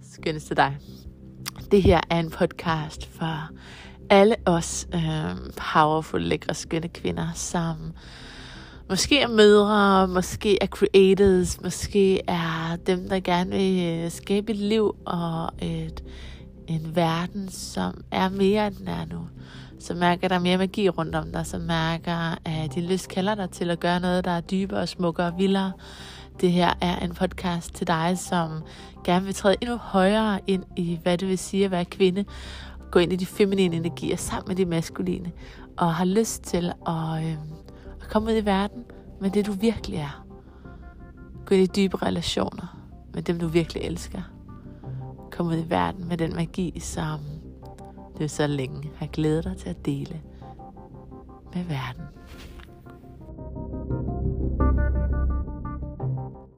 skønnes til dig. Det her er en podcast for alle os powerful, lækre, skønne kvinder, som måske er mødre, måske er creators, måske er dem, der gerne vil skabe et liv og en verden, som er mere, end den er nu. Som mærker, at der er mere magi rundt om dig, som mærker, at din lyst kalder dig til at gøre noget, der er dybere, smukkere og vildere. Det her er en podcast til dig, som gerne vil træde endnu højere ind i, hvad det vil sige at være kvinde. Gå ind i de feminine energier sammen med de maskuline. Og har lyst til at komme ud i verden med det, du virkelig er. Gå ind i dybe relationer med dem, du virkelig elsker. Kom ud i verden med den magi, som du så længe har glædet dig til at dele med verden.